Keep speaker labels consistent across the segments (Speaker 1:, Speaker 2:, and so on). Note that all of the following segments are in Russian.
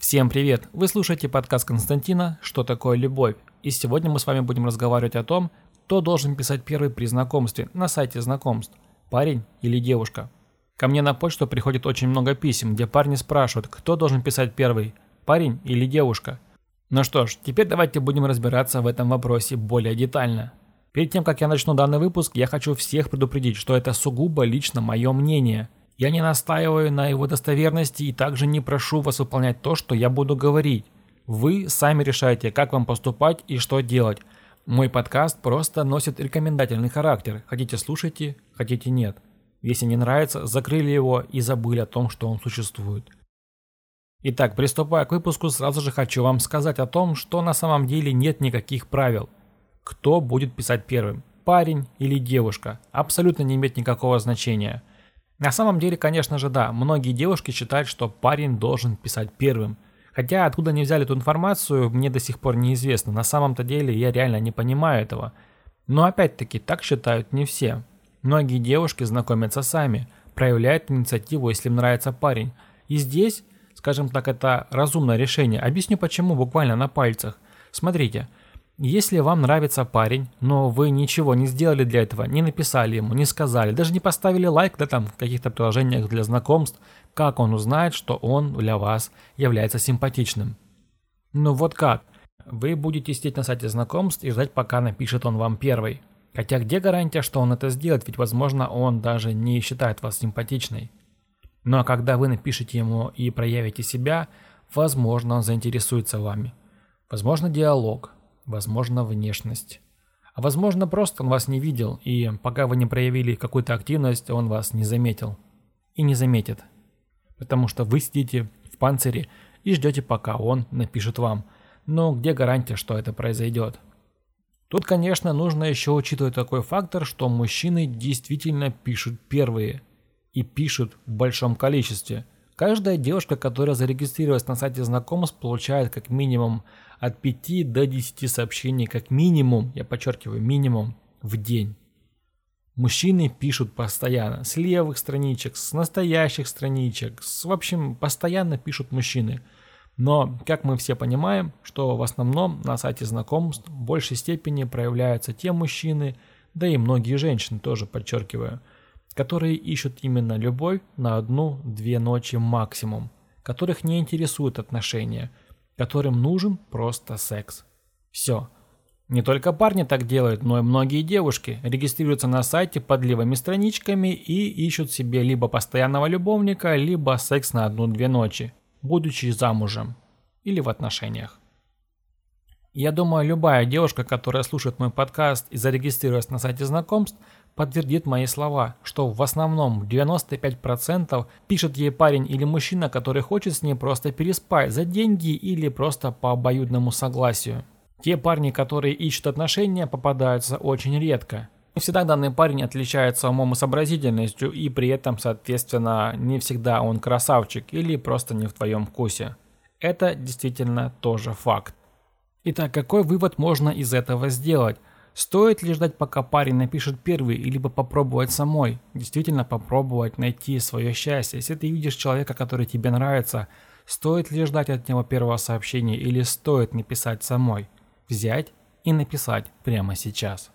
Speaker 1: Всем привет! Вы слушаете подкаст Константина «Что такое любовь?» И сегодня мы с вами будем разговаривать о том, кто должен писать первый при знакомстве на сайте знакомств – парень или девушка. Ко мне на почту приходит очень много писем, где парни спрашивают, кто должен писать первый – парень или девушка. Ну что ж, теперь давайте будем разбираться в этом вопросе более детально. Перед тем, как я начну данный выпуск, я хочу всех предупредить, что это сугубо лично мое мнение. Я не настаиваю на его достоверности и также не прошу вас выполнять то, что я буду говорить. Вы сами решаете, как вам поступать и что делать. Мой подкаст просто носит рекомендательный характер. Хотите – слушайте, хотите – нет. Если не нравится, закрыли его и забыли о том, что он существует. Итак, приступая к выпуску, сразу же хочу вам сказать о том, что на самом деле нет никаких правил. Кто будет писать первым – парень или девушка? Абсолютно не имеет никакого значения. На самом деле, конечно же, да, многие девушки считают, что парень должен писать первым. Хотя откуда они взяли эту информацию, мне до сих пор неизвестно. На самом-то деле я реально не понимаю этого. Но опять-таки, так считают не все. Многие девушки знакомятся сами, проявляют инициативу, если им нравится парень. И здесь, скажем так, это разумное решение. Объясню почему, буквально на пальцах. Смотрите. Если вам нравится парень, но вы ничего не сделали для этого, не написали ему, не сказали, даже не поставили лайк, в каких-то приложениях для знакомств, как он узнает, что он для вас является симпатичным? Ну вот как? Вы будете сидеть на сайте знакомств и ждать, пока напишет он вам первый. Хотя где гарантия, что он это сделает, ведь возможно он даже не считает вас симпатичной. Ну а когда вы напишете ему и проявите себя, возможно он заинтересуется вами. Возможно диалог. Возможно, внешность. А возможно, просто он вас не видел, и пока вы не проявили какую-то активность, он вас не заметил. И не заметит. Потому что вы сидите в панцире и ждете, пока он напишет вам. Но где гарантия, что это произойдет? Тут, конечно, нужно еще учитывать такой фактор, что мужчины действительно пишут первые. И пишут в большом количестве. Каждая девушка, которая зарегистрировалась на сайте знакомств, получает как минимум от 5 до 10 сообщений, как минимум, я подчеркиваю, минимум в день. Мужчины пишут постоянно, с левых страничек, с настоящих страничек, в общем, постоянно пишут мужчины. Но, как мы все понимаем, что в основном на сайте знакомств в большей степени проявляются те мужчины, да и многие женщины тоже, подчеркиваю, которые ищут именно любовь на 1-2 ночи максимум, которых не интересуют отношения, которым нужен просто секс. Все. Не только парни так делают, но и многие девушки регистрируются на сайте под левыми страничками и ищут себе либо постоянного любовника, либо секс на 1-2 ночи, будучи замужем или в отношениях. Я думаю, любая девушка, которая слушает мой подкаст и зарегистрировалась на сайте знакомств, подтвердит мои слова, что в основном 95% пишет ей парень или мужчина, который хочет с ней просто переспать за деньги или просто по обоюдному согласию. Те парни, которые ищут отношения, попадаются очень редко. Не всегда данный парень отличается умом и сообразительностью, и при этом, соответственно, не всегда он красавчик или просто не в твоем вкусе. Это действительно тоже факт. Итак, какой вывод можно из этого сделать? Стоит ли ждать, пока парень напишет первый, либо попробовать самой? Действительно попробовать найти свое счастье. Если ты видишь человека, который тебе нравится, стоит ли ждать от него первого сообщения или стоит написать самой? Взять и написать прямо сейчас.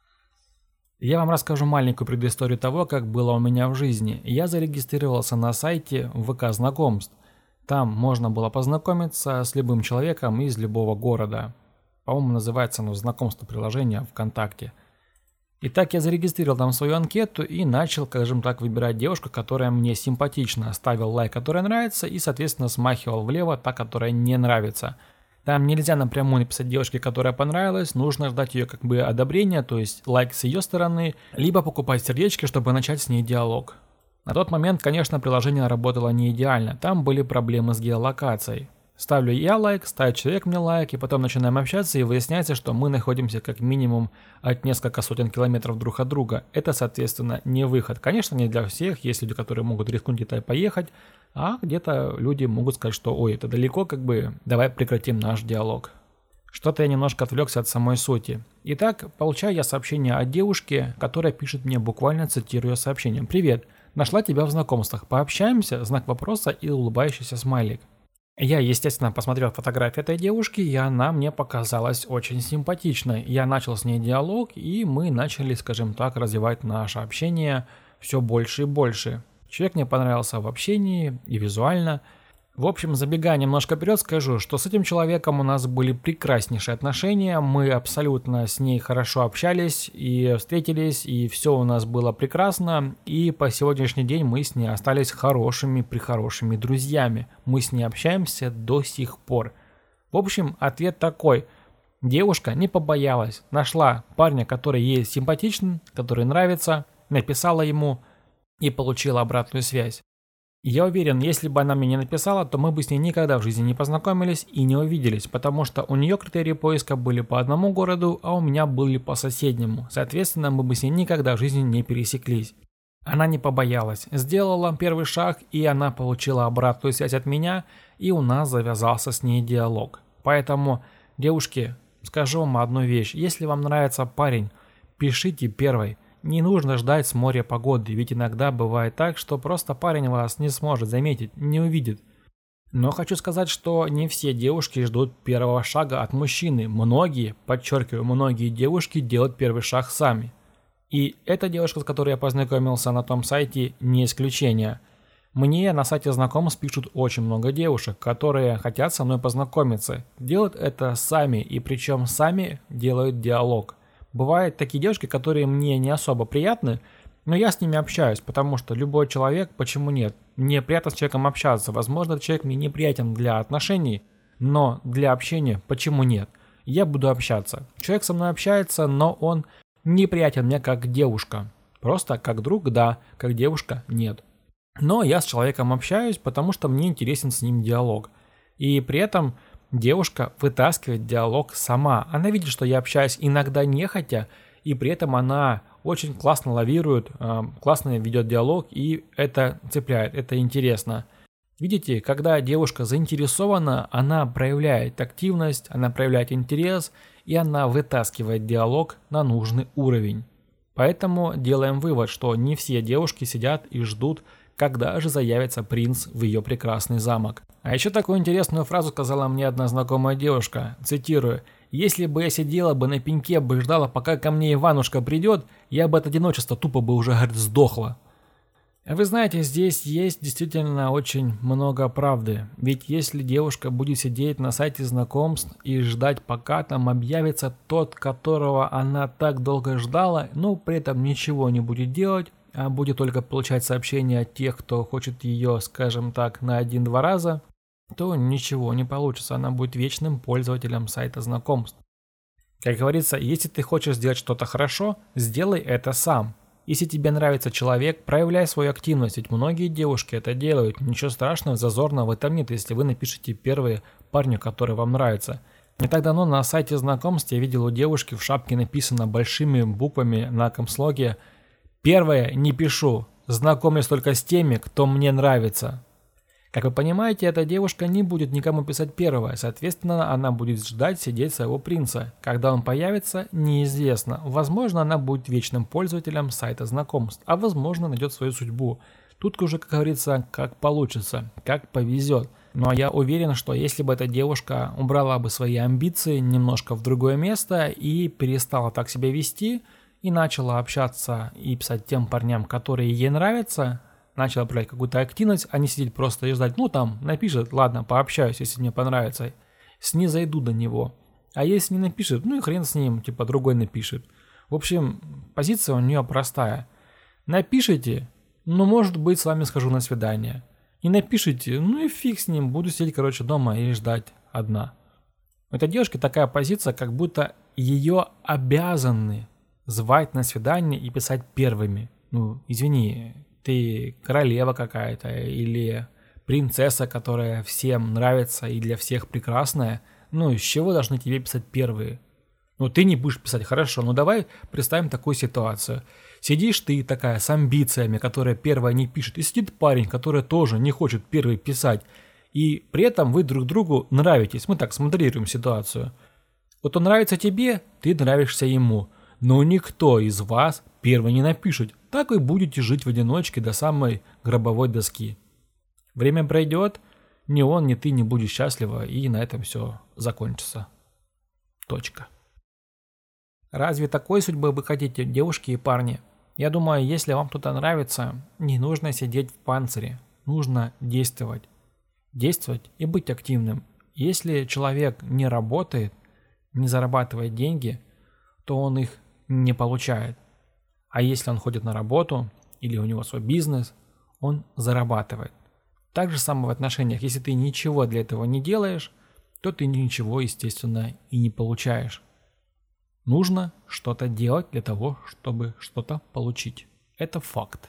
Speaker 1: Я вам расскажу маленькую предысторию того, как было у меня в жизни. Я зарегистрировался на сайте ВК знакомств. Там можно было познакомиться с любым человеком из любого города. По-моему, называется знакомство приложения ВКонтакте. Итак, я зарегистрировал там свою анкету и начал, скажем так, выбирать девушку, которая мне симпатична. Ставил лайк, которая нравится, и, соответственно, смахивал влево та, которая не нравится. Там нельзя напрямую написать девушке, которая понравилась, нужно ждать ее одобрения, то есть лайк с ее стороны, либо покупать сердечки, чтобы начать с ней диалог. На тот момент, конечно, приложение работало не идеально, там были проблемы с геолокацией. Ставлю я лайк, ставит человек мне лайк, и потом начинаем общаться, и выясняется, что мы находимся как минимум от несколько сотен километров друг от друга. Это, соответственно, не выход. Конечно, не для всех, есть люди, которые могут рискнуть где-то поехать, а где-то люди могут сказать, что ой, это далеко, давай прекратим наш диалог. Что-то я немножко отвлекся от самой сути. Итак, получаю я сообщение от девушки, которая пишет мне, буквально цитируя сообщение: «Привет, нашла тебя в знакомствах, пообщаемся?» Знак вопроса и улыбающийся смайлик. Я, естественно, посмотрел фотографию этой девушки, и она мне показалась очень симпатичной. Я начал с ней диалог, и мы начали, скажем так, развивать наше общение все больше и больше. Человек мне понравился в общении и визуально. В общем, забегая немножко вперед, скажу, что с этим человеком у нас были прекраснейшие отношения, мы абсолютно с ней хорошо общались и встретились, и все у нас было прекрасно, и по сегодняшний день мы с ней остались хорошими-прехорошими друзьями, мы с ней общаемся до сих пор. В общем, ответ такой: девушка не побоялась, нашла парня, который ей симпатичен, который нравится, написала ему и получила обратную связь. Я уверен, если бы она мне не написала, то мы бы с ней никогда в жизни не познакомились и не увиделись, потому что у нее критерии поиска были по одному городу, а у меня были по соседнему. Соответственно, мы бы с ней никогда в жизни не пересеклись. Она не побоялась, сделала первый шаг, и она получила обратную связь от меня, и у нас завязался с ней диалог. Поэтому, девушки, скажу вам одну вещь: если вам нравится парень, пишите первой. Не нужно ждать с моря погоды, ведь иногда бывает так, что просто парень вас не сможет заметить, не увидит. Но хочу сказать, что не все девушки ждут первого шага от мужчины. Многие, подчеркиваю, многие девушки делают первый шаг сами. И эта девушка, с которой я познакомился на том сайте, не исключение. Мне на сайте знакомств пишут очень много девушек, которые хотят со мной познакомиться. Делают это сами, и причем сами делают диалог. Бывают такие девушки, которые мне не особо приятны, но я с ними общаюсь, потому что любой человек, почему нет? Мне приятно с человеком общаться. Возможно, человек мне неприятен для отношений, но для общения почему нет? Я буду общаться. Человек со мной общается, но он неприятен мне как девушка. Просто как друг, да, как девушка, нет. Но я с человеком общаюсь, потому что мне интересен с ним диалог. И при этом девушка вытаскивает диалог сама. Она видит, что я общаюсь иногда нехотя, и при этом она очень классно лавирует, классно ведет диалог, и это цепляет, это интересно. Видите, когда девушка заинтересована, она проявляет активность, она проявляет интерес, и она вытаскивает диалог на нужный уровень. Поэтому делаем вывод, что не все девушки сидят и ждут, когда же заявится принц в ее прекрасный замок. А еще такую интересную фразу сказала мне одна знакомая девушка, цитирую: «Если бы я сидела бы на пеньке бы ждала, пока ко мне Иванушка придет, я бы от одиночества тупо бы уже, говорит, сдохла». Вы знаете, здесь есть действительно очень много правды. Ведь если девушка будет сидеть на сайте знакомств и ждать, пока там объявится тот, которого она так долго ждала, но при этом ничего не будет делать, а будет только получать сообщения от тех, кто хочет ее, скажем так, на 1-2 раза, то ничего не получится, она будет вечным пользователем сайта знакомств. Как говорится, если ты хочешь сделать что-то хорошо, сделай это сам. Если тебе нравится человек, проявляй свою активность, ведь многие девушки это делают, ничего страшного, зазорного в этом нет, если вы напишите первые парню, который вам нравится. Не так давно на сайте знакомств я видел у девушки в шапке написано большими буквами на камслоге: «Первое, не пишу, знакомлюсь только с теми, кто мне нравится». Как вы понимаете, эта девушка не будет никому писать первое, соответственно, она будет ждать сидеть своего принца. Когда он появится, неизвестно. Возможно, она будет вечным пользователем сайта знакомств, а возможно, найдет свою судьбу. Тут уже, как говорится, как получится, как повезет. Но я уверен, что если бы эта девушка убрала бы свои амбиции немножко в другое место и перестала так себя вести, и начала общаться и писать тем парням, которые ей нравятся, начала проявлять какую-то активность, а не сидеть просто и ждать, ну там, напишет, ладно, пообщаюсь, если мне понравится, снизойду до него. А если не напишет, ну и хрен с ним, типа другой напишет. В общем, позиция у нее простая. Напишите, ну может быть с вами схожу на свидание. Не напишите, ну и фиг с ним, буду сидеть, короче, дома и ждать одна. У этой девушки такая позиция, как будто ее обязаны звать на свидание и писать первыми. Ну, извини, ты королева какая-то или принцесса, которая всем нравится и для всех прекрасная. Ну, из чего должны тебе писать первые? Ну, ты не будешь писать, хорошо, ну давай представим такую ситуацию. Сидишь ты такая с амбициями, которая первая не пишет, и сидит парень, который тоже не хочет первый писать, и при этом вы друг другу нравитесь. Мы так смоделируем ситуацию. Вот он нравится тебе, ты нравишься ему, но никто из вас первый не напишет. Так вы будете жить в одиночке до самой гробовой доски. Время пройдет, ни он, ни ты не будешь счастливы, и на этом все закончится. Точка. Разве такой судьбы вы хотите, девушки и парни? Я думаю, если вам кто-то нравится, не нужно сидеть в панцире, нужно действовать. Действовать и быть активным. Если человек не работает, не зарабатывает деньги, то он их не получает. А если он ходит на работу или у него свой бизнес, он зарабатывает. Так же самое в отношениях. Если ты ничего для этого не делаешь, то ты ничего, естественно, и не получаешь. Нужно что-то делать для того, чтобы что-то получить. Это факт.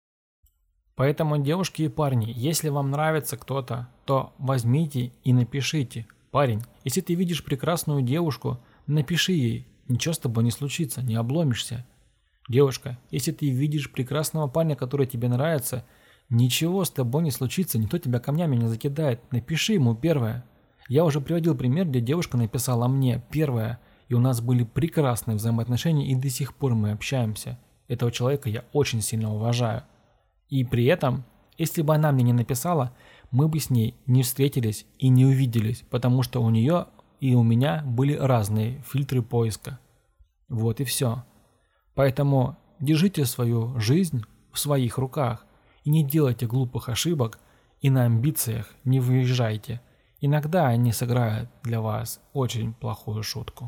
Speaker 1: Поэтому, девушки и парни, если вам нравится кто-то, то возьмите и напишите. Парень, если ты видишь прекрасную девушку, напиши ей. Ничего с тобой не случится, не обломишься. Девушка, если ты видишь прекрасного парня, который тебе нравится, ничего с тобой не случится, никто тебя камнями не закидает. Напиши ему первое. Я уже приводил пример, где девушка написала мне первое, и у нас были прекрасные взаимоотношения, и до сих пор мы общаемся. Этого человека я очень сильно уважаю. И при этом, если бы она мне не написала, мы бы с ней не встретились и не увиделись, потому что у нее и у меня были разные фильтры поиска. Вот и все. Поэтому держите свою жизнь в своих руках и не делайте глупых ошибок, и на амбициях не выезжайте. Иногда они сыграют для вас очень плохую шутку.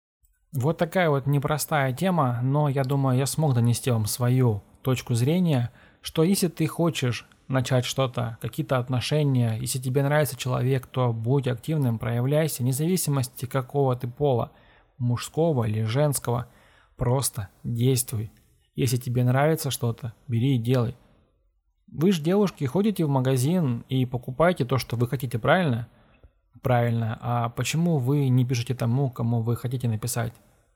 Speaker 1: Вот такая вот непростая тема, но я думаю, я смог донести вам свою точку зрения, что если ты хочешь начать что-то, какие-то отношения, если тебе нравится человек, то будь активным, проявляйся, вне зависимости какого ты пола, мужского или женского, просто действуй. Если тебе нравится что-то, бери и делай. Вы же, девушки, ходите в магазин и покупаете то, что вы хотите, правильно? Правильно. А почему вы не пишете тому, кому вы хотите написать?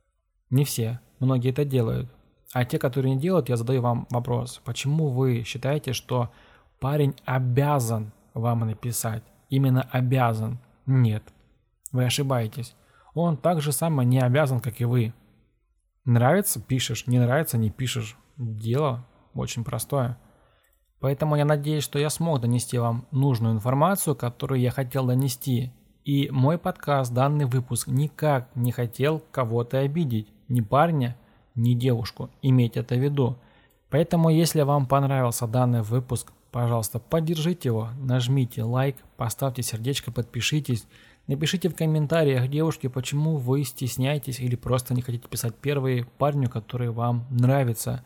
Speaker 1: Не все. Многие это делают. А те, которые не делают, я задаю вам вопрос. Почему вы считаете, что парень обязан вам написать? Именно обязан? Нет. Вы ошибаетесь. Он так же самое не обязан, как и вы. Нравится – пишешь, не нравится – не пишешь. Дело очень простое. Поэтому я надеюсь, что я смог донести вам нужную информацию, которую я хотел донести. И мой подкаст, данный выпуск, никак не хотел кого-то обидеть. Ни парня, ни девушку. Имейте это в виду. Поэтому, если вам понравился данный выпуск, пожалуйста, поддержите его, нажмите лайк, поставьте сердечко, подпишитесь. Напишите в комментариях, девушки, почему вы стесняетесь или просто не хотите писать первые парню, который вам нравится.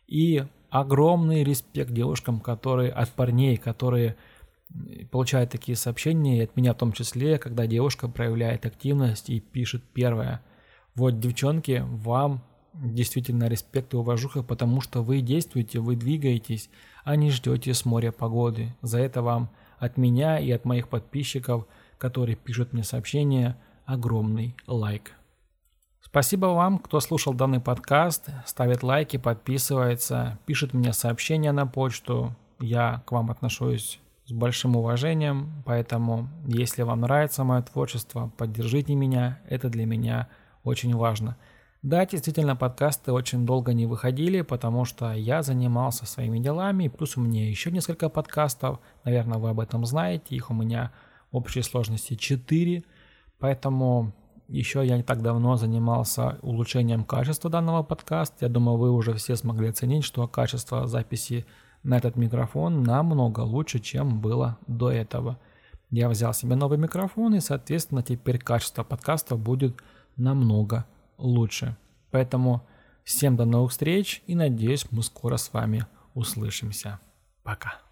Speaker 1: И огромный респект девушкам, которые от парней, которые получают такие сообщения, и от меня в том числе, когда девушка проявляет активность и пишет первое. Вот, девчонки, вам действительно респект и уважуха, потому что вы действуете, вы двигаетесь, а не ждете с моря погоды. За это вам от меня и от моих подписчиков, которые пишут мне сообщения, огромный лайк. Спасибо вам, кто слушал данный подкаст, ставит лайки, подписывается, пишет мне сообщения на почту. Я к вам отношусь с большим уважением, поэтому, если вам нравится мое творчество, поддержите меня, это для меня очень важно. Да, действительно, подкасты очень долго не выходили, потому что я занимался своими делами, плюс у меня еще несколько подкастов, наверное, вы об этом знаете, их у меня в общей сложности 4, поэтому еще я не так давно занимался улучшением качества данного подкаста. Я думаю, вы уже все смогли оценить, что качество записи на этот микрофон намного лучше, чем было до этого. Я взял себе новый микрофон, и, соответственно, теперь качество подкаста будет намного лучше. Поэтому всем до новых встреч и надеюсь, мы скоро с вами услышимся. Пока.